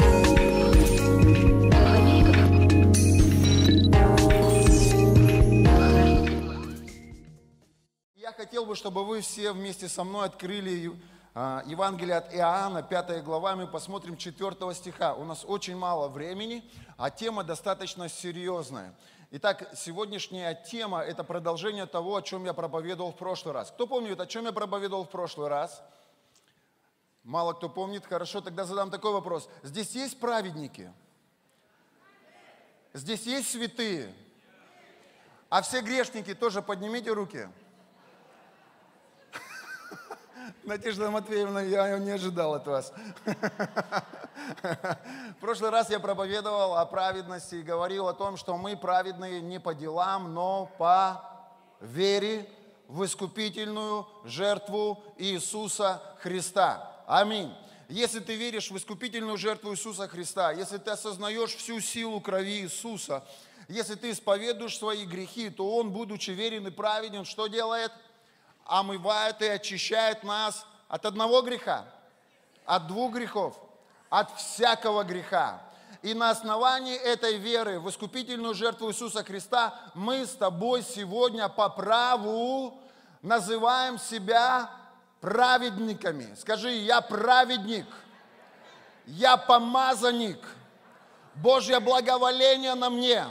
Я хотел бы, чтобы вы все вместе со мной открыли Евангелие от Иоанна, 5 глава, мы посмотрим 4 стиха. У нас очень мало времени, а тема достаточно серьезная. Итак, сегодняшняя тема – это продолжение того, о чем я проповедовал в прошлый раз. Кто помнит, о чем я проповедовал в прошлый раз? Мало кто помнит. Хорошо, тогда задам такой вопрос. Здесь есть праведники? Здесь есть святые? А все грешники тоже поднимите руки. Надежда Матвеевна, я не ожидал от вас. В прошлый раз я проповедовал о праведности и говорил о том, что мы праведные не по делам, но по вере в искупительную жертву Иисуса Христа. Аминь. Если ты веришь в искупительную жертву Иисуса Христа, если ты осознаешь всю силу крови Иисуса, если ты исповедуешь свои грехи, то Он, будучи верен и праведен, что делает? Омывает и очищает нас от одного греха, от двух грехов, от всякого греха. И на основании этой веры в искупительную жертву Иисуса Христа мы с тобой сегодня по праву называем себя праведниками. Скажи, я праведник, я помазанник, Божье благоволение на мне.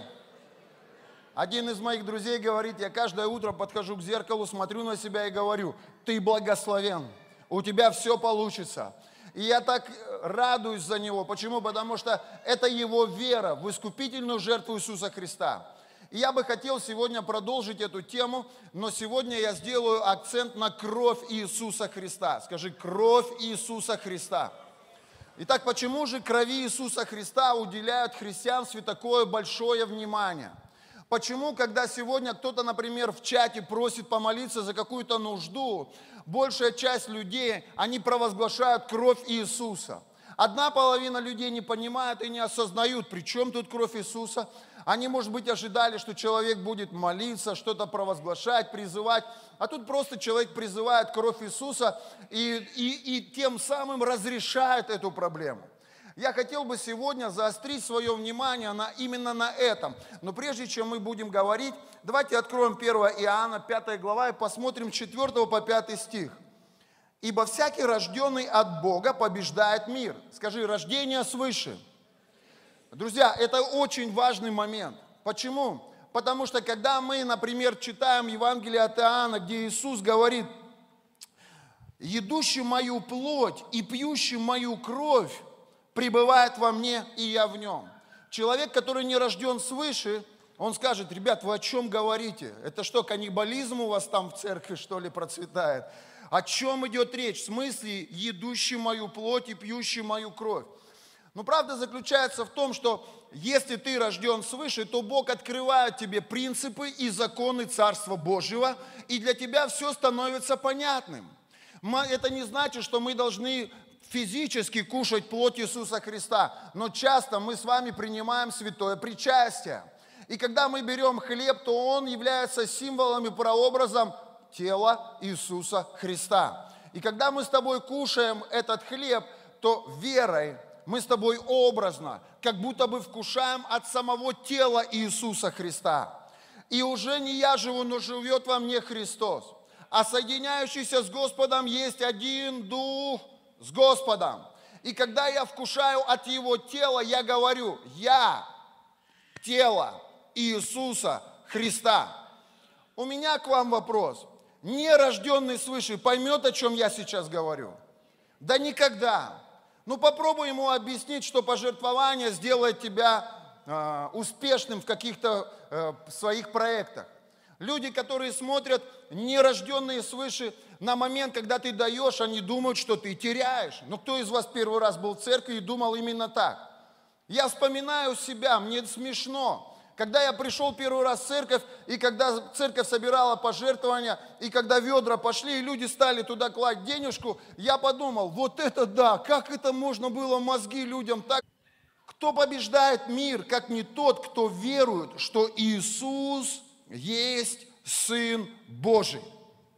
Один из моих друзей говорит, я каждое утро подхожу к зеркалу, смотрю на себя и говорю, ты благословен, у тебя все получится. И я так радуюсь за него. Почему? Потому что это его вера в искупительную жертву Иисуса Христа. И я бы хотел сегодня продолжить эту тему, но сегодня я сделаю акцент на кровь Иисуса Христа. Скажи, кровь Иисуса Христа. Итак, почему же крови Иисуса Христа уделяют в христианстве такое большое внимание? Почему, когда сегодня кто-то, например, в чате просит помолиться за какую-то нужду, большая часть людей, они провозглашают кровь Иисуса. Одна половина людей не понимают и не осознают, при чем тут кровь Иисуса. Они, может быть, ожидали, что человек будет молиться, что-то провозглашать, призывать. А тут просто человек призывает кровь Иисуса и тем самым разрешает эту проблему. Я хотел бы сегодня заострить свое внимание именно на этом. Но прежде чем мы будем говорить, давайте откроем 1 Иоанна, 5 глава, и посмотрим 4 по 5 стих. «Ибо всякий, рожденный от Бога, побеждает мир». Скажи, рождение свыше. Друзья, это очень важный момент. Почему? Потому что когда мы, например, читаем Евангелие от Иоанна, где Иисус говорит, «Едущий мою плоть и пьющий мою кровь, пребывает во мне, и я в нем». Человек, который не рожден свыше, он скажет, ребят, вы о чем говорите? Это что, каннибализм у вас там в церкви, что ли, процветает? О чем идет речь? В смысле, едущий мою плоть и пьющий мою кровь? Но правда заключается в том, что если ты рожден свыше, то Бог открывает тебе принципы и законы Царства Божьего, и для тебя все становится понятным. Это не значит, что мы должны физически кушать плоть Иисуса Христа, но часто мы с вами принимаем святое причастие. И когда мы берем хлеб, то он является символом и прообразом тела Иисуса Христа. И когда мы с тобой кушаем этот хлеб, то верой мы с тобой образно, как будто бы вкушаем от самого тела Иисуса Христа. И уже не я живу, но живет во мне Христос. А соединяющийся с Господом есть один Дух с Господом. И когда я вкушаю от Его тела, я говорю, я тело Иисуса Христа. У меня к вам вопрос. Нерожденный свыше поймет, о чем я сейчас говорю? Да никогда. Ну попробуй ему объяснить, что пожертвование сделает тебя успешным в каких-то своих проектах. Люди, которые смотрят, нерожденные свыше, на момент, когда ты даешь, они думают, что ты теряешь. Но кто из вас первый раз был в церкви и думал именно так? Я вспоминаю себя, мне смешно. Когда я пришел первый раз в церковь, и когда церковь собирала пожертвования, и когда ведра пошли, и люди стали туда класть денежку, я подумал, вот это да, как это можно было мозги людям так... Кто побеждает мир, как не тот, кто верует, что Иисус есть Сын Божий.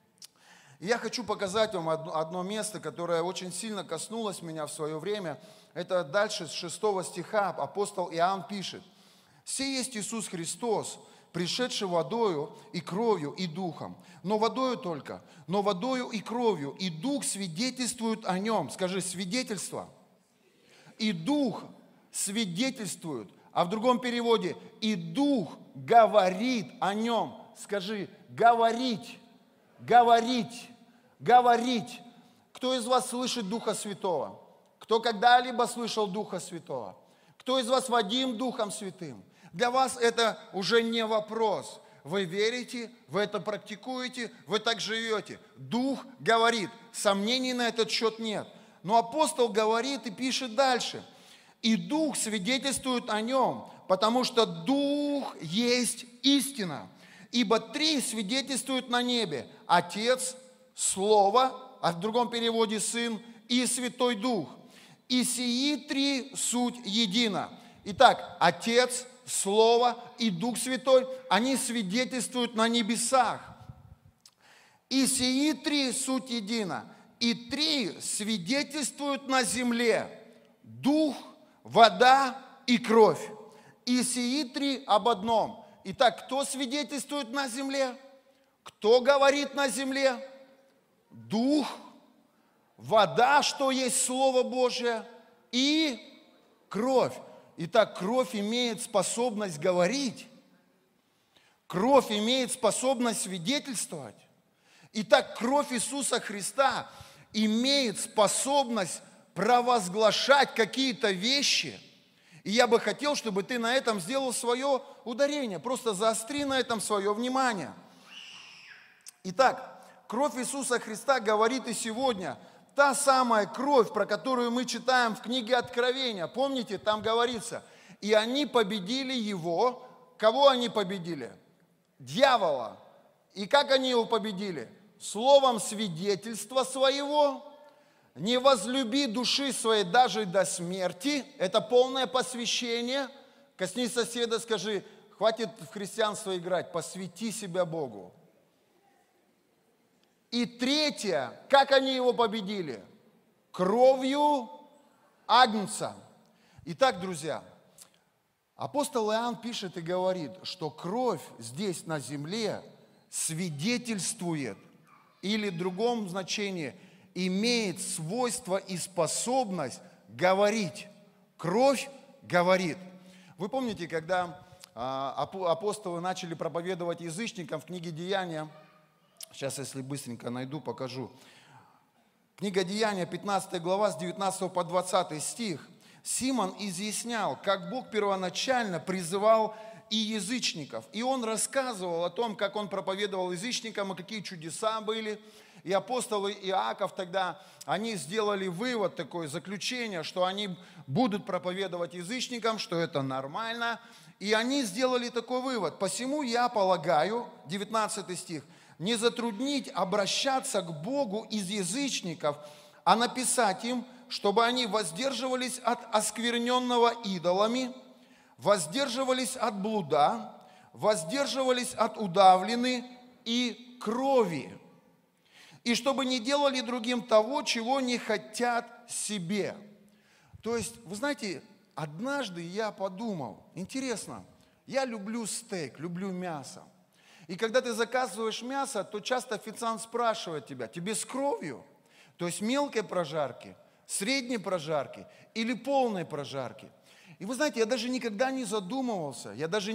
Я хочу показать вам одно место, которое очень сильно коснулось меня в свое время. это дальше с 6 стиха апостол Иоанн пишет. «Сей есть Иисус Христос, пришедший водою и кровью и духом. Но водою только, но водою и кровью, и дух свидетельствует о нем». Скажи, свидетельство. И дух свидетельствует. А в другом переводе, и дух говорит о нем. Скажи, говорить, говорить, говорить. Кто из вас слышит Духа Святого? Кто когда-либо слышал Духа Святого? Кто из вас водим Духом Святым? Для вас это уже не вопрос. Вы верите, вы это практикуете, вы так живете. Дух говорит, сомнений на этот счет нет. Но апостол говорит и пишет дальше. И Дух свидетельствует о нем, потому что Дух есть истина. Ибо три свидетельствуют на небе: Отец, Слово, а в другом переводе Сын и Святой Дух. И сии три суть едина. Итак, Отец, Слово и Дух Святой, они свидетельствуют на небесах. И сии три суть едина. И три свидетельствуют на земле: Дух, вода и кровь. И сии три об одном. Итак, кто свидетельствует на земле? Кто говорит на земле? Дух, вода, что есть Слово Божие, и кровь. Итак, кровь имеет способность говорить. Кровь имеет способность свидетельствовать. Итак, кровь Иисуса Христа имеет способность провозглашать какие-то вещи. И я бы хотел, чтобы ты на этом сделал свое ударение. Просто заостри на этом свое внимание. Итак, кровь Иисуса Христа говорит и сегодня. Та самая кровь, про которую мы читаем в книге Откровения. Помните, там говорится: и они победили его. Кого они победили? Дьявола. И как они его победили? Словом свидетельства своего. Не возлюби души своей даже до смерти. Это полное посвящение. Коснись соседа, скажи: хватит в христианство играть, посвяти себя Богу. И третье, как они его победили? Кровью Агнца. Итак, друзья, апостол Иоанн пишет и говорит, что кровь здесь на земле свидетельствует, или в другом значении имеет свойство и способность говорить. Кровь говорит. Вы помните, когда апостолы начали проповедовать язычникам в книге Деяния, сейчас, если быстренько найду, покажу. Книга Деяния, 15 глава, с 19 по 20 стих. Симон изъяснял, как Бог первоначально призывал и язычников. И он рассказывал о том, как он проповедовал язычникам, и какие чудеса были. И апостолы Иаков тогда, они сделали вывод, такое заключение, что они будут проповедовать язычникам, что это нормально. И они сделали такой вывод. «Посему я полагаю», 19 стих, «не затруднить обращаться к Богу из язычников, а написать им, чтобы они воздерживались от оскверненного идолами, воздерживались от блуда, воздерживались от удавлены и крови, и чтобы не делали другим того, чего не хотят себе». То есть, вы знаете, однажды я подумал, интересно, я люблю стейк, люблю мясо. И когда ты заказываешь мясо, то часто официант спрашивает тебя: тебе с кровью? То есть мелкой прожарки, средней прожарки или полной прожарки. И вы знаете, я даже никогда не задумывался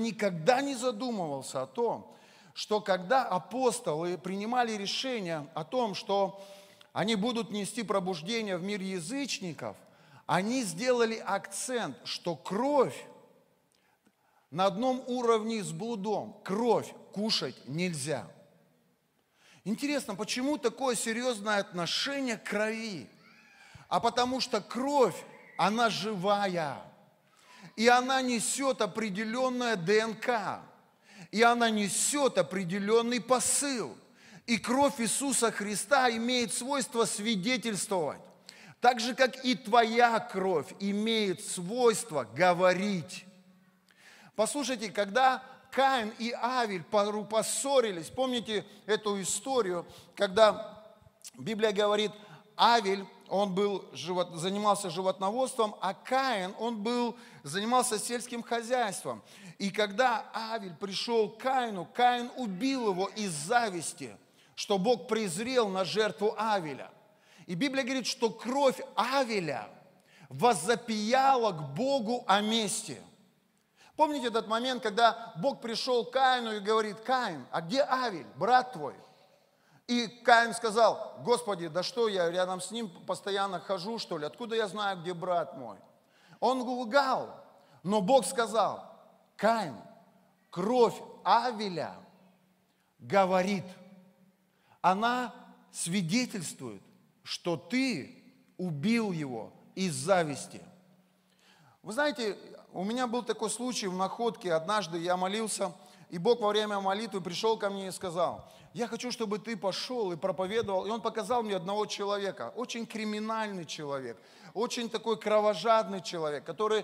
о том, что когда апостолы принимали решение о том, что они будут нести пробуждение в мир язычников, они сделали акцент, что кровь на одном уровне с блудом. Кровь кушать нельзя. Интересно, почему такое серьезное отношение к крови? А потому что кровь, она живая. И она несет определенное ДНК. И она несет определенный посыл. И кровь Иисуса Христа имеет свойство свидетельствовать. Так же, как и твоя кровь имеет свойство говорить. Послушайте, когда Каин и Авель поссорились, помните эту историю, когда Библия говорит, Авель занимался животноводством, а Каин, занимался сельским хозяйством. И когда Авель пришел к Каину, Каин убил его из зависти, что Бог презрел на жертву Авеля. И Библия говорит, что кровь Авеля воззапияла к Богу о мести. Помните этот момент, когда Бог пришел к Каину и говорит: Каин, а где Авель, брат твой? И Каин сказал: Господи, да что я рядом с ним постоянно хожу, что ли? Откуда я знаю, где брат мой? Он лгал, но Бог сказал: Каин, кровь Авеля говорит, она свидетельствует, что ты убил его из зависти. Вы знаете, у меня был такой случай в Находке. Однажды я молился, и Бог во время молитвы пришел ко мне и сказал: я хочу, чтобы ты пошел и проповедовал. И он показал мне одного человека, очень криминальный человек, очень такой кровожадный человек, который,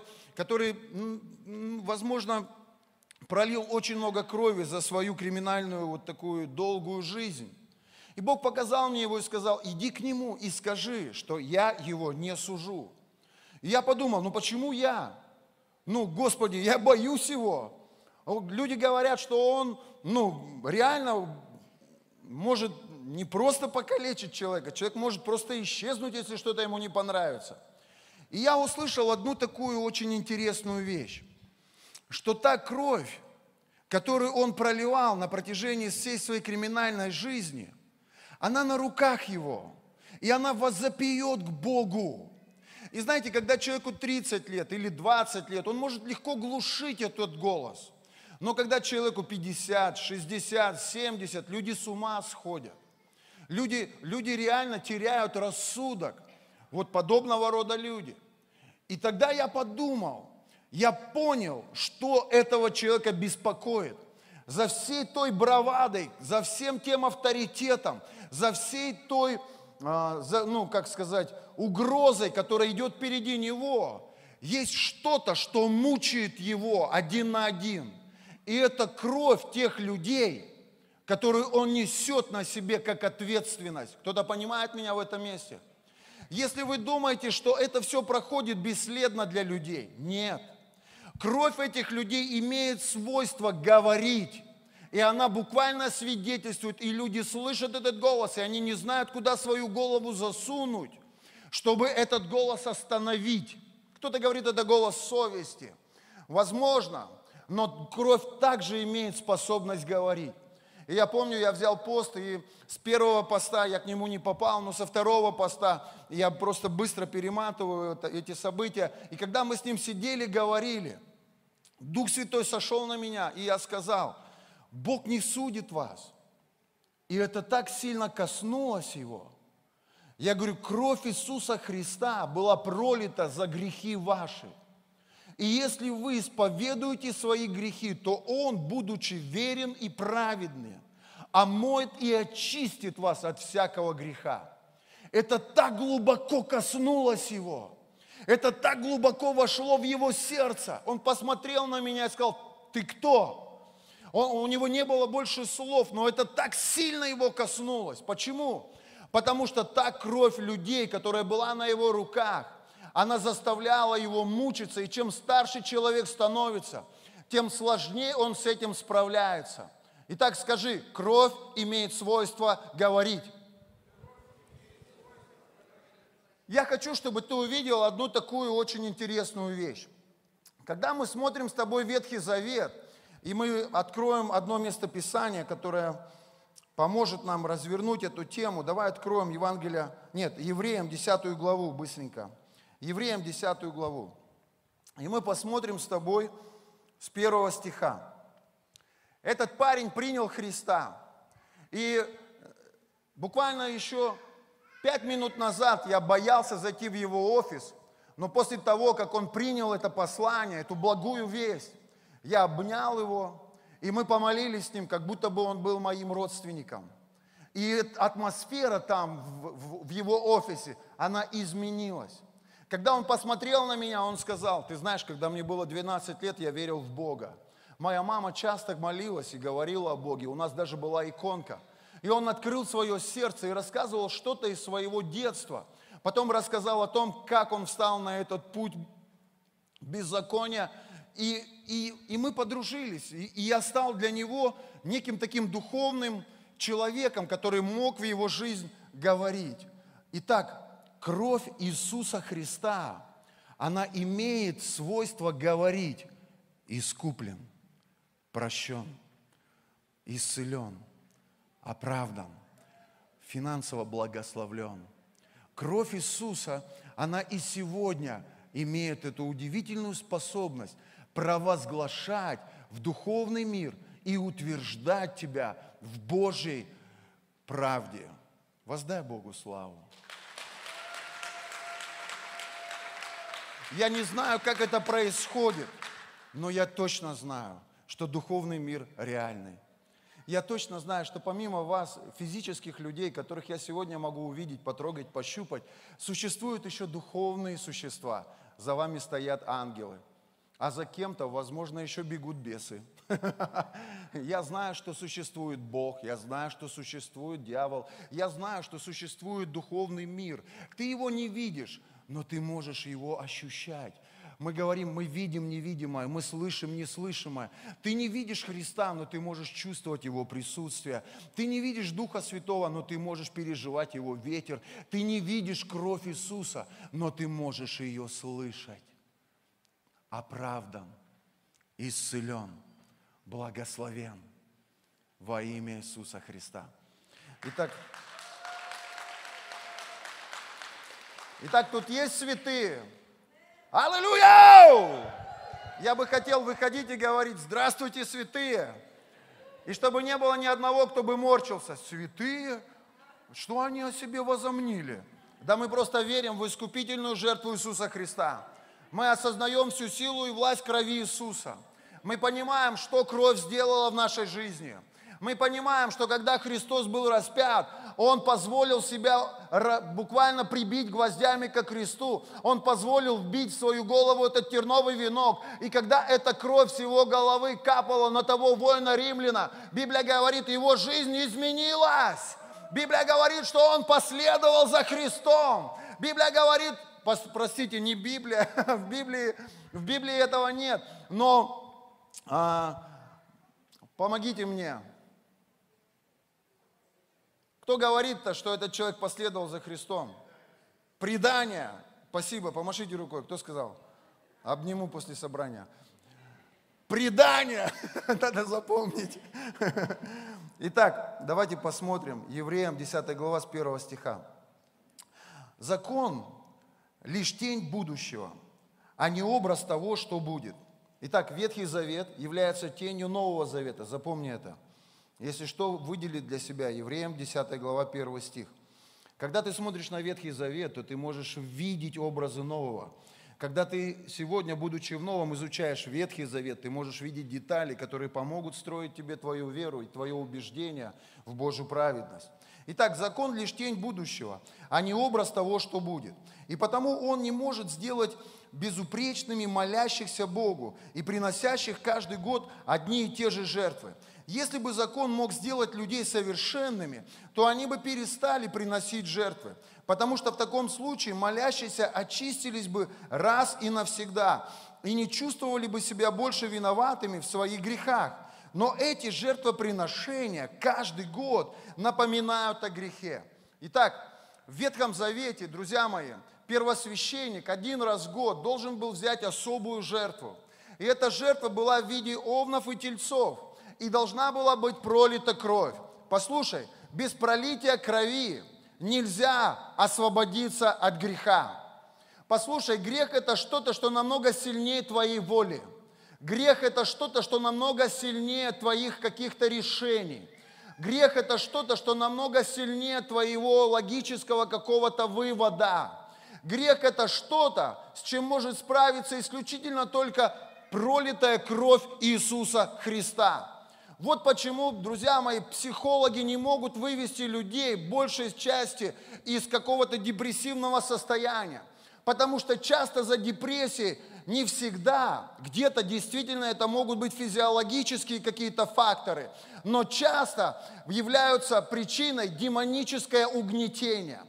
возможно, пролил очень много крови за свою криминальную вот такую долгую жизнь. И Бог показал мне его и сказал: иди к нему и скажи, что я его не сужу. И я подумал: ну почему я? Господи, я боюсь его. Люди говорят, что он, реально может не просто покалечить человека, человек может просто исчезнуть, если что-то ему не понравится. И я услышал одну такую очень интересную вещь, что та кровь, которую он проливал на протяжении всей своей криминальной жизни, она на руках его, и она воззапиет к Богу. И знаете, когда человеку 30 лет или 20 лет, он может легко глушить этот голос. Но когда человеку 50, 60, 70, люди с ума сходят. Люди реально теряют рассудок. Вот подобного рода люди. И тогда я подумал, я понял, что этого человека беспокоит. За всей той бравадой, за всем тем авторитетом, за всей той, угрозой, которая идет впереди него, есть что-то, что мучает его один на один. И это кровь тех людей, которую он несет на себе как ответственность. Кто-то понимает меня в этом месте? Если вы думаете, что это все проходит бесследно для людей, нет. Кровь этих людей имеет свойство говорить. И она буквально свидетельствует, и люди слышат этот голос, и они не знают, куда свою голову засунуть, чтобы этот голос остановить. Кто-то говорит, это голос совести. Возможно, но кровь также имеет способность говорить. И я помню, я взял пост, и с первого поста я к нему не попал, но со второго поста я просто быстро перематываю эти события. И когда мы с ним сидели, говорили, Дух Святой сошел на меня, и я сказал: Бог не судит вас. И это так сильно коснулось его. Я говорю, кровь Иисуса Христа была пролита за грехи ваши. И если вы исповедуете свои грехи, то Он, будучи верен и праведный, омоет и очистит вас от всякого греха. Это так глубоко коснулось его. Это так глубоко вошло в его сердце. Он посмотрел на меня и сказал: ты кто? У него не было больше слов, но это так сильно его коснулось. Почему? Потому что та кровь людей, которая была на его руках, она заставляла его мучиться, и чем старше человек становится, тем сложнее он с этим справляется. Итак, скажи, кровь имеет свойство говорить. Я хочу, чтобы ты увидел одну такую очень интересную вещь. Когда мы смотрим с тобой Ветхий Завет, и мы откроем одно местописание, которое поможет нам развернуть эту тему. Давай откроем Евреям 10 главу быстренько. Евреям 10 главу. И мы посмотрим с тобой с 1 стиха. Этот парень принял Христа. И буквально еще 5 минут назад я боялся зайти в его офис, но после того, как он принял это послание, эту благую весть, я обнял его, и мы помолились с ним, как будто бы он был моим родственником. И атмосфера там, в его офисе, она изменилась. Когда он посмотрел на меня, он сказал: ты знаешь, когда мне было 12 лет, я верил в Бога. Моя мама часто молилась и говорила о Боге, у нас даже была иконка. И он открыл свое сердце и рассказывал что-то из своего детства. потом рассказал о том, как он встал на этот путь беззакония, и мы подружились, и я стал для него неким таким духовным человеком, который мог в его жизнь говорить. Итак, кровь Иисуса Христа, она имеет свойство говорить: искуплен, прощен, исцелен, оправдан, финансово благословлен. Кровь Иисуса, она и сегодня имеет эту удивительную способность провозглашать в духовный мир и утверждать тебя в Божьей правде. Воздай Богу славу. Я не знаю, как это происходит, но я точно знаю, что духовный мир реальный. Я точно знаю, что помимо вас, физических людей, которых я сегодня могу увидеть, потрогать, пощупать, существуют еще духовные существа. За вами стоят ангелы, а за кем-то, возможно, еще бегут бесы. Я знаю, что существует Бог, я знаю, что существует дьявол, я знаю, что существует духовный мир. Ты его не видишь, но ты можешь его ощущать. Мы говорим, мы видим невидимое, мы слышим неслышимое. Ты не видишь Христа, но ты можешь чувствовать Его присутствие. Ты не видишь Духа Святого, но ты можешь переживать Его ветер. Ты не видишь кровь Иисуса, но ты можешь ее слышать. Оправдан, исцелен, благословен во имя Иисуса Христа. Итак, тут есть святые. Аллилуйя! Я бы хотел выходить и говорить: здравствуйте, святые! И чтобы не было ни одного, кто бы морщился. Святые? Что они о себе возомнили? Да мы просто верим в искупительную жертву Иисуса Христа. Мы осознаем всю силу и власть крови Иисуса. Мы понимаем, что кровь сделала в нашей жизни. Мы понимаем, что когда Христос был распят, Он позволил себя буквально прибить гвоздями ко кресту. Он позволил вбить в свою голову этот терновый венок. И когда эта кровь с Его головы капала на того воина-римляна, Библия говорит, его жизнь изменилась. Библия говорит, что он последовал за Христом. Библия говорит, простите, не Библия, в Библии этого нет, но помогите мне. Кто говорит-то, что этот человек последовал за Христом? Предание. Спасибо, помашите рукой. Кто сказал? Обниму после собрания. Предание. Надо запомнить. Итак, давайте посмотрим. Евреям 10 глава с 1 стиха. Закон – лишь тень будущего, а не образ того, что будет. Итак, Ветхий Завет является тенью Нового Завета. Запомни это. Если что, выделить для себя Евреям 10 глава 1 стих. Когда ты смотришь на Ветхий Завет, то ты можешь видеть образы нового. Когда ты сегодня, будучи в новом, изучаешь Ветхий Завет, ты можешь видеть детали, которые помогут строить тебе твою веру и твое убеждение в Божью праведность. Итак, закон лишь тень будущего, а не образ того, что будет. И потому он не может сделать безупречными молящихся Богу и приносящих каждый год одни и те же жертвы. Если бы закон мог сделать людей совершенными, то они бы перестали приносить жертвы, потому что в таком случае молящиеся очистились бы раз и навсегда и не чувствовали бы себя больше виноватыми в своих грехах. Но эти жертвоприношения каждый год напоминают о грехе. Итак, в Ветхом Завете, друзья мои, первосвященник один раз в год должен был взять особую жертву. И эта жертва была в виде овнов и тельцов. И должна была быть пролита кровь. Послушай, без пролития крови нельзя освободиться от греха. Послушай, грех – это что-то, что намного сильнее твоей воли. Грех – это что-то, что намного сильнее твоих каких-то решений. Грех – это что-то, что намного сильнее твоего логического какого-то вывода. Грех – это что-то, с чем может справиться исключительно только пролитая кровь Иисуса Христа. Вот почему, друзья мои, психологи не могут вывести людей, большей части, из какого-то депрессивного состояния. Потому что часто за депрессией не всегда, где-то действительно это могут быть физиологические какие-то факторы, но часто являются причиной демоническое угнетение.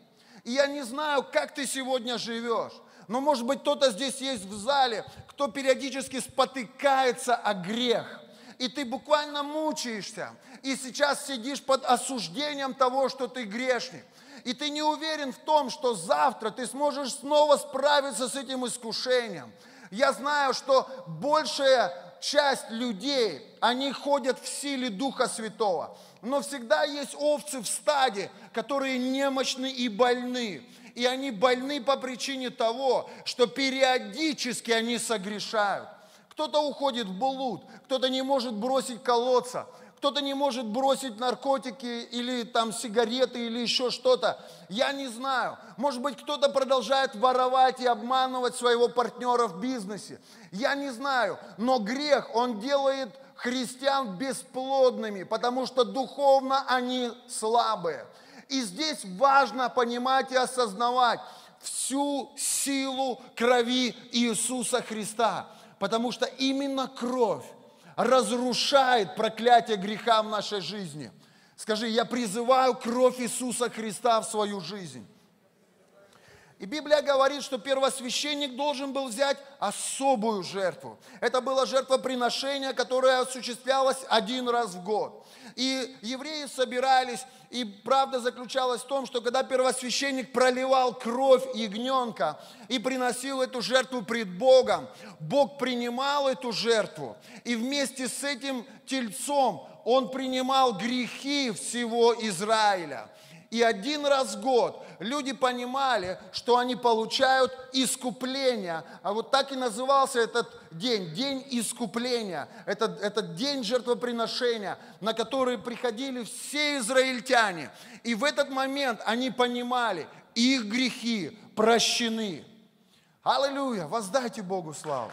И я не знаю, как ты сегодня живешь, но, может быть, кто-то здесь есть в зале, кто периодически спотыкается о грех. И ты буквально мучаешься. И сейчас сидишь под осуждением того, что ты грешник. И ты не уверен в том, что завтра ты сможешь снова справиться с этим искушением. Я знаю, что большая часть людей, они ходят в силе Духа Святого. Но всегда есть овцы в стаде, которые немощны и больны. И они больны по причине того, что периодически они согрешают. Кто-то уходит в блуд, кто-то не может бросить колодца, кто-то не может бросить наркотики или там сигареты или еще что-то. Я не знаю. Может быть, кто-то продолжает воровать и обманывать своего партнера в бизнесе. Я не знаю. Но грех, он делает христиан бесплодными, потому что духовно они слабые. И здесь важно понимать и осознавать всю силу крови Иисуса Христа. Потому что именно кровь разрушает проклятие греха в нашей жизни. Скажи, я призываю кровь Иисуса Христа в свою жизнь. И Библия говорит, что первосвященник должен был взять особую жертву. Это было жертвоприношение, которое осуществлялось один раз в год. И евреи собирались, и правда заключалась в том, что когда первосвященник проливал кровь ягненка и приносил эту жертву пред Богом, Бог принимал эту жертву, и вместе с этим тельцом он принимал грехи всего Израиля. И один раз в год люди понимали, что они получают искупление. А вот так и назывался этот день, день искупления. Это день жертвоприношения, на который приходили все израильтяне. И в этот момент они понимали, их грехи прощены. Аллилуйя! Воздайте Богу славу.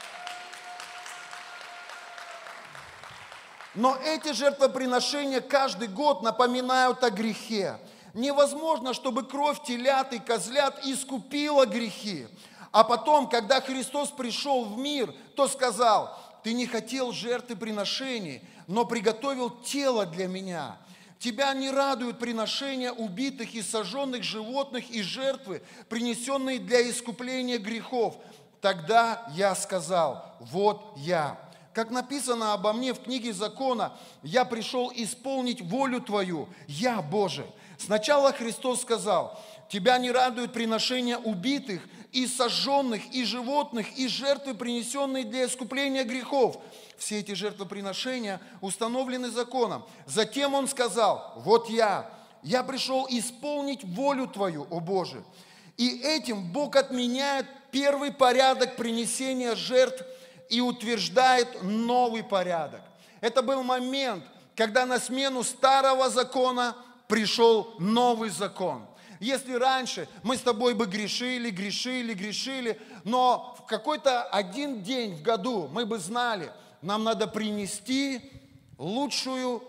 Но эти жертвоприношения каждый год напоминают о грехе. Невозможно, чтобы кровь телят и козлят искупила грехи. А потом, когда Христос пришел в мир, то сказал: ты не хотел жертвы приношений, но приготовил тело для меня. Тебя не радуют приношения убитых и сожженных животных и жертвы, принесенные для искупления грехов. Тогда я сказал: вот я. Как написано обо мне в книге закона, я пришел исполнить волю Твою, я Божий. Сначала Христос сказал: тебя не радуют приношения убитых и сожженных, и животных, и жертвы, принесенные для искупления грехов. Все эти жертвоприношения установлены законом. Затем Он сказал: вот я пришел исполнить волю Твою, о Боже. И этим Бог отменяет первый порядок принесения жертв и утверждает новый порядок. Это был момент, когда на смену старого закона пришел новый закон. Если раньше мы с тобой бы грешили, но в какой-то один день в году мы бы знали, нам надо принести лучшую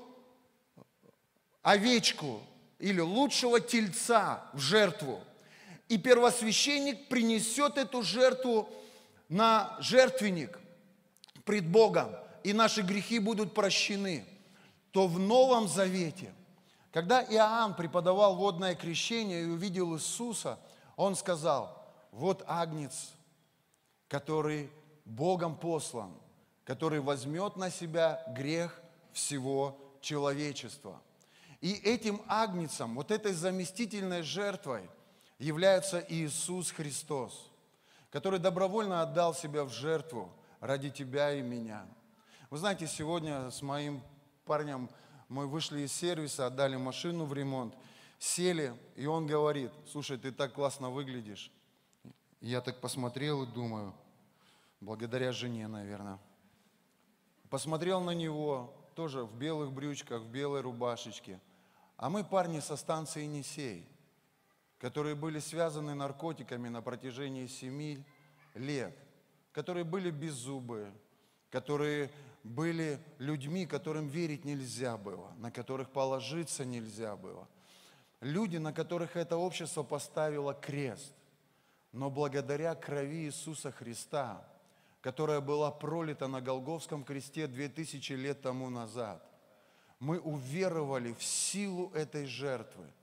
овечку или лучшего тельца в жертву. И первосвященник принесет эту жертву на жертвенник пред Богом, и наши грехи будут прощены. То в Новом Завете, когда Иоанн преподавал водное крещение и увидел Иисуса, он сказал: вот агнец, который Богом послан, который возьмет на себя грех всего человечества. И этим агнцем, вот этой заместительной жертвой является Иисус Христос, который добровольно отдал себя в жертву ради тебя и меня. Вы знаете, сегодня с моим парнем мы вышли из сервиса, отдали машину в ремонт, сели, и он говорит: слушай, ты так классно выглядишь. И я так посмотрел и думаю, благодаря жене, наверное. Посмотрел на него, тоже в белых брючках, в белой рубашечке. А мы парни со станции Енисей, которые были связаны наркотиками на протяжении 7 лет, которые были беззубые, которые были людьми, которым верить нельзя было, на которых положиться нельзя было. Люди, на которых это общество поставило крест. Но благодаря крови Иисуса Христа, которая была пролита на Голгофском кресте 2000 лет тому назад, мы уверовали в силу этой жертвы.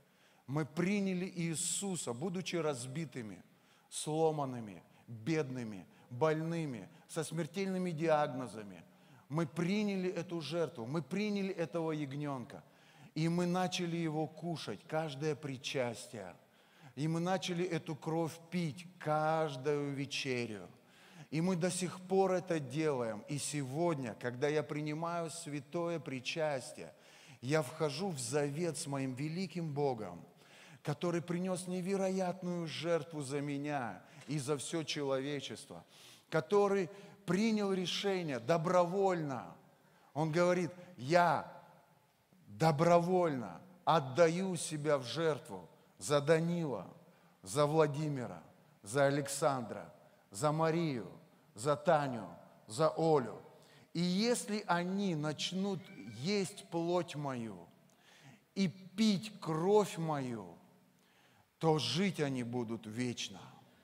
Мы приняли Иисуса, будучи разбитыми, сломанными, бедными, больными, со смертельными диагнозами. Мы приняли эту жертву, мы приняли этого ягненка, и мы начали его кушать, каждое причастие. И мы начали эту кровь пить каждую вечерю. И мы до сих пор это делаем. И сегодня, когда я принимаю святое причастие, я вхожу в завет с моим великим Богом, который принес невероятную жертву за меня и за все человечество, который принял решение добровольно. Он говорит: я добровольно отдаю себя в жертву за Данила, за Владимира, за Александра, за Марию, за Таню, за Олю. И если они начнут есть плоть мою и пить кровь мою, то жить они будут вечно.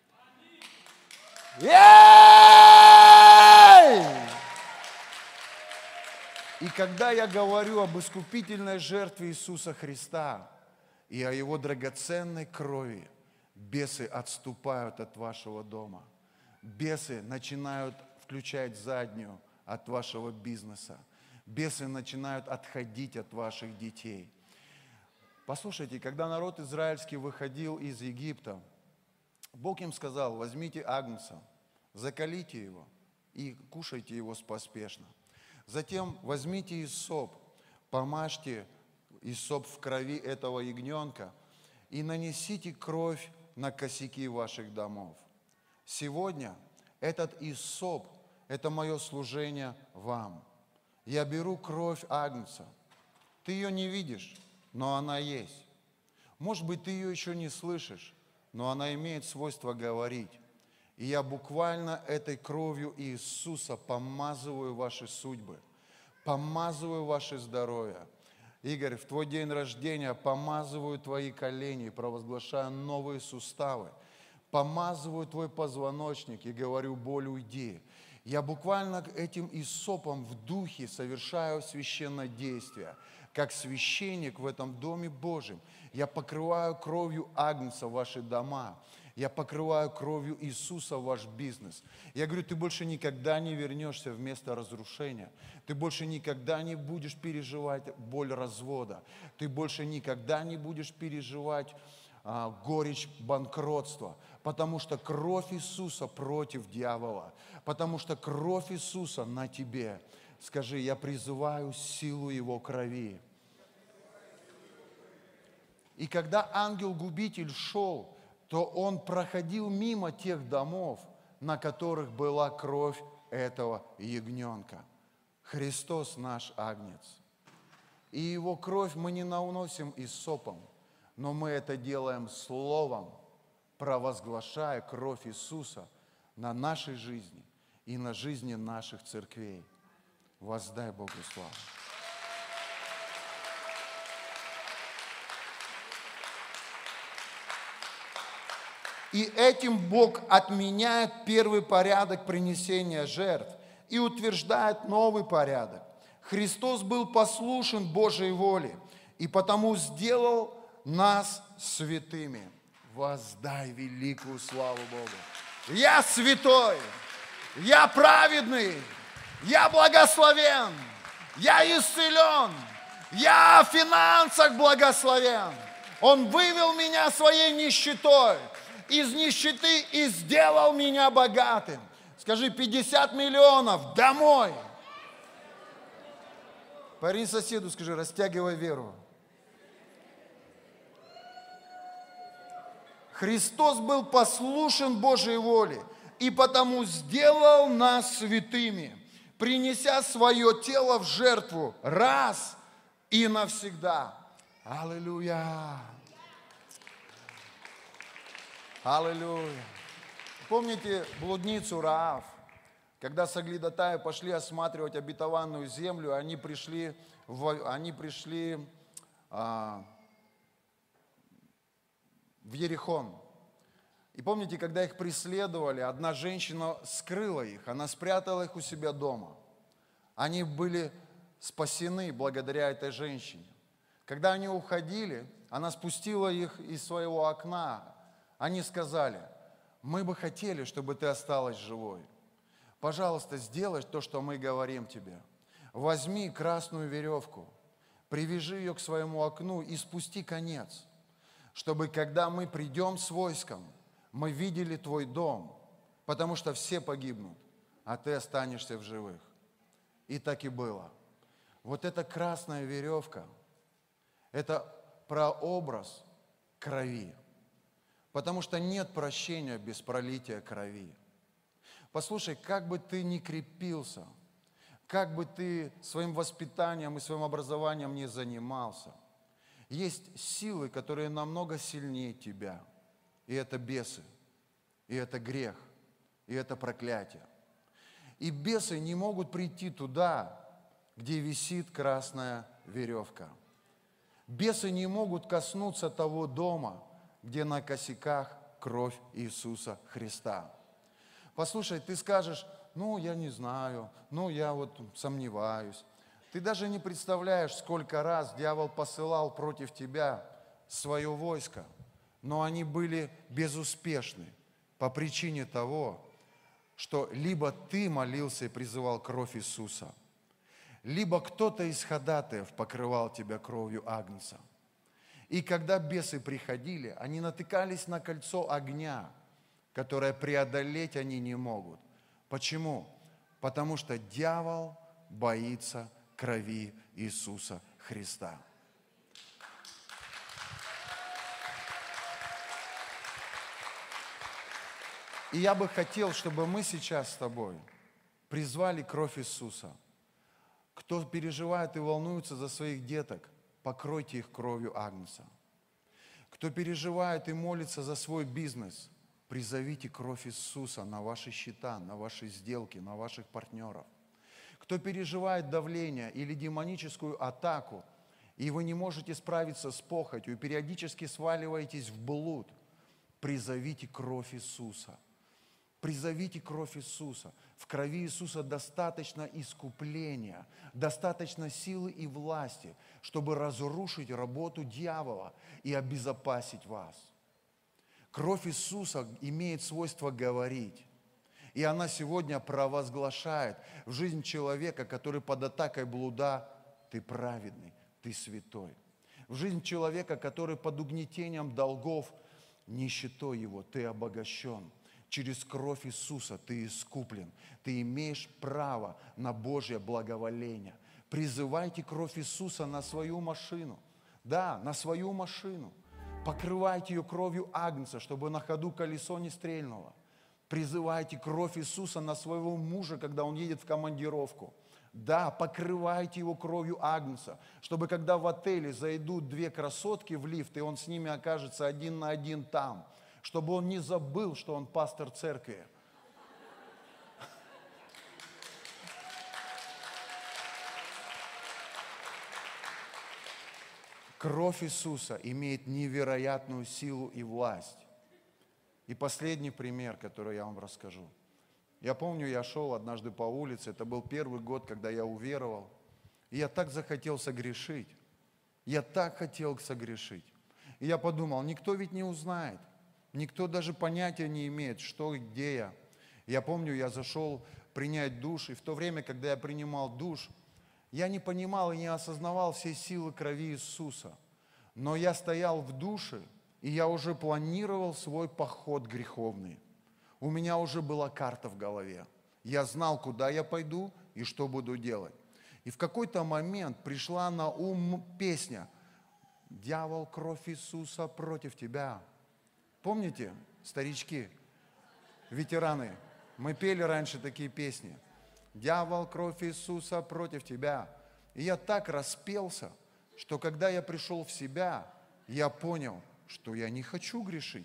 И когда я говорю об искупительной жертве Иисуса Христа и о Его драгоценной крови, бесы отступают от вашего дома. Бесы начинают включать заднюю от вашего бизнеса. Бесы начинают отходить от ваших детей. Послушайте, когда народ израильский выходил из Египта, Бог им сказал: возьмите агнца, заколите его и кушайте его поспешно. Затем возьмите иссоп, помажьте иссоп в крови этого ягненка и нанесите кровь на косяки ваших домов. Сегодня этот иссоп – это мое служение вам. Я беру кровь агнца. Ты ее не видишь, но она есть. Может быть, ты ее еще не слышишь, но она имеет свойство говорить. И я буквально этой кровью Иисуса помазываю ваши судьбы, помазываю ваше здоровье. Игорь, в твой день рождения помазываю твои колени, провозглашаю новые суставы, помазываю твой позвоночник и говорю: боль, уйди. Я буквально этим иссопом в духе совершаю священное действие. Как священник в этом Доме Божьем, я покрываю кровью агнца ваши дома. Я покрываю кровью Иисуса ваш бизнес. Я говорю: ты больше никогда не вернешься в место разрушения. Ты больше никогда не будешь переживать боль развода. Ты больше никогда не будешь переживать горечь банкротства. Потому что кровь Иисуса против дьявола. Потому что кровь Иисуса на тебе. Скажи: я призываю силу Его крови. И когда ангел-губитель шел, то он проходил мимо тех домов, на которых была кровь этого ягненка. Христос наш агнец. И Его кровь мы не наносим иссопом, но мы это делаем словом, провозглашая кровь Иисуса на нашей жизни и на жизни наших церквей. Воздай Богу славу. И этим Бог отменяет первый порядок принесения жертв и утверждает новый порядок. Христос был послушен Божьей воле и потому сделал нас святыми. Воздай великую славу Богу. Я святой, я праведный, я благословен, я исцелен, я в финансах благословен. Он вывел меня своей нищетой из нищеты и сделал меня богатым. Скажи: 50 миллионов домой. Парень соседу скажи: растягивай веру. Христос был послушен Божьей воле и потому сделал нас святыми, принеся свое тело в жертву раз и навсегда. Аллилуйя! Аллилуйя! Помните блудницу Раав? Когда соглядатаи пошли осматривать обетованную землю, они пришли в Иерихон. И помните, когда их преследовали, одна женщина скрыла их, она спрятала их у себя дома. Они были спасены благодаря этой женщине. Когда они уходили, она спустила их из своего окна. Они сказали: мы бы хотели, чтобы ты осталась живой. Пожалуйста, сделай то, что мы говорим тебе. Возьми красную веревку, привяжи ее к своему окну и спусти конец, чтобы, когда мы придем с войском, мы видели твой дом, потому что все погибнут, а ты останешься в живых. И так и было. Вот эта красная веревка – это прообраз крови, потому что нет прощения без пролития крови. Послушай, как бы ты ни крепился, как бы ты своим воспитанием и своим образованием не занимался, есть силы, которые намного сильнее тебя. И это бесы, и это грех, и это проклятие. И бесы не могут прийти туда, где висит красная веревка. Бесы не могут коснуться того дома, где на косяках кровь Иисуса Христа. Послушай, ты скажешь: ну, я не знаю, ну, я вот сомневаюсь. Ты даже не представляешь, сколько раз дьявол посылал против тебя свое войско, но они были безуспешны по причине того, что либо ты молился и призывал кровь Иисуса, либо кто-то из ходатаев покрывал тебя кровью Агнца. И когда бесы приходили, они натыкались на кольцо огня, которое преодолеть они не могут. Почему? Потому что дьявол боится крови Иисуса Христа. И я бы хотел, чтобы мы сейчас с тобой призвали кровь Иисуса. Кто переживает и волнуется за своих деток, покройте их кровью Агнца. Кто переживает и молится за свой бизнес, призовите кровь Иисуса на ваши счета, на ваши сделки, на ваших партнеров. Кто переживает давление или демоническую атаку, и вы не можете справиться с похотью, и периодически сваливаетесь в блуд, призовите кровь Иисуса. Призовите кровь Иисуса. В крови Иисуса достаточно искупления, достаточно силы и власти, чтобы разрушить работу дьявола и обезопасить вас. Кровь Иисуса имеет свойство говорить. И она сегодня провозглашает в жизнь человека, который под атакой блуда: ты праведный, ты святой. В жизнь человека, который под угнетением долгов, нищетой его, ты обогащен. Через кровь Иисуса ты искуплен. Ты имеешь право на Божье благоволение. Призывайте кровь Иисуса на свою машину. Да, на свою машину. Покрывайте ее кровью Агнца, чтобы на ходу колесо не стрельнуло. Призывайте кровь Иисуса на своего мужа, когда он едет в командировку. Да, покрывайте его кровью Агнца, чтобы когда в отеле зайдут две красотки в лифт, и он с ними окажется один на один там, чтобы он не забыл, что он пастор церкви. Кровь Иисуса имеет невероятную силу и власть. И последний пример, который я вам расскажу. Я помню, я шел однажды по улице, это был первый год, когда я уверовал. И я так захотел согрешить. Я так хотел согрешить. И я подумал, никто ведь не узнает. Никто даже понятия не имеет, что и где я. Я помню, я зашел принять душ, и в то время, когда я принимал душ, я не понимал и не осознавал всей силы крови Иисуса. Но я стоял в душе, и я уже планировал свой поход греховный. У меня уже была карта в голове. Я знал, куда я пойду и что буду делать. И в какой-то момент пришла на ум песня: «Дьявол, кровь Иисуса против тебя». Помните, старички, ветераны, мы пели раньше такие песни. «Дьявол, кровь Иисуса против тебя». И я так распелся, что когда я пришел в себя, я понял, что я не хочу грешить.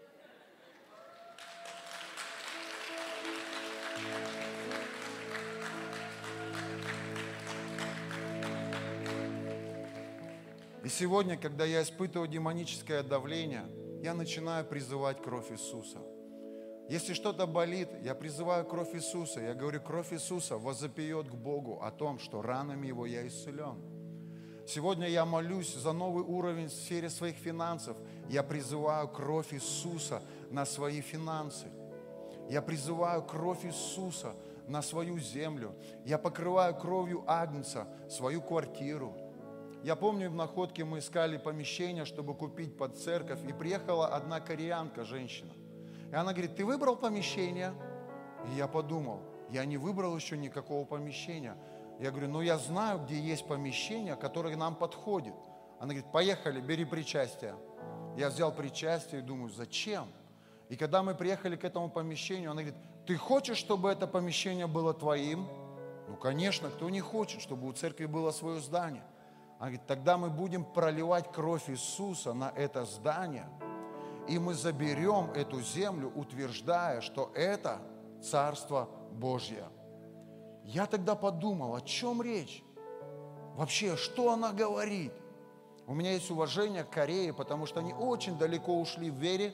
И сегодня, когда я испытываю демоническое давление, я начинаю призывать кровь Иисуса. Если что-то болит, я призываю кровь Иисуса. Я говорю, кровь Иисуса возопьет к Богу о том, что ранами Его я исцелен. Сегодня я молюсь за новый уровень в сфере своих финансов. Я призываю кровь Иисуса на свои финансы. Я призываю кровь Иисуса на свою землю. Я покрываю кровью Агнца свою квартиру. Я помню, в Находке мы искали помещение, чтобы купить под церковь, и приехала одна кореянка, женщина. И она говорит: ты выбрал помещение? И я подумал, я не выбрал еще никакого помещения. Я говорю, ну я знаю, где есть помещение, которое нам подходит. Она говорит, поехали, бери причастие. Я взял причастие и думаю, зачем? И когда мы приехали к этому помещению, она говорит, ты хочешь, чтобы это помещение было твоим? Ну, конечно, кто не хочет, чтобы у церкви было свое здание. Она говорит, тогда мы будем проливать кровь Иисуса на это здание, и мы заберем эту землю, утверждая, что это Царство Божье. Я тогда подумал, о чем речь? Вообще, что она говорит? У меня есть уважение к Корее, потому что они очень далеко ушли в вере,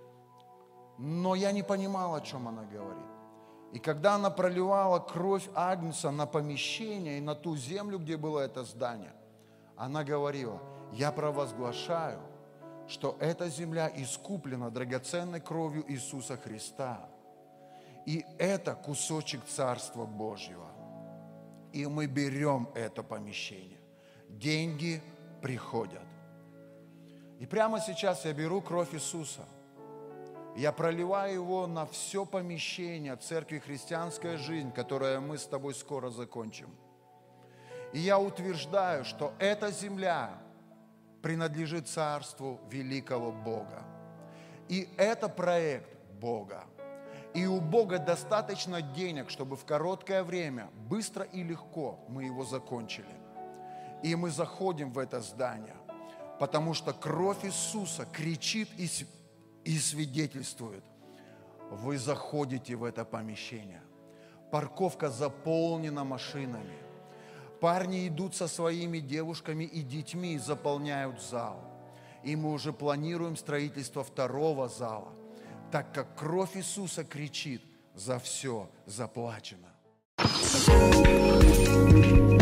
но я не понимал, о чем она говорит. И когда она проливала кровь Агнца на помещение и на ту землю, где было это здание, она говорила, я провозглашаю, что эта земля искуплена драгоценной кровью Иисуса Христа. И это кусочек Царства Божьего. И мы берем это помещение. Деньги приходят. И прямо сейчас я беру кровь Иисуса. Я проливаю его на все помещение церкви «Христианская жизнь», которое мы с тобой скоро закончим. И я утверждаю, что эта земля принадлежит Царству великого Бога. И это проект Бога. И у Бога достаточно денег, чтобы в короткое время, быстро и легко мы его закончили. И мы заходим в это здание, потому что кровь Иисуса кричит и свидетельствует. Вы заходите в это помещение. Парковка заполнена машинами. Парни идут со своими девушками и детьми и заполняют зал. И мы уже планируем строительство второго зала, так как кровь Иисуса кричит, за все заплачено.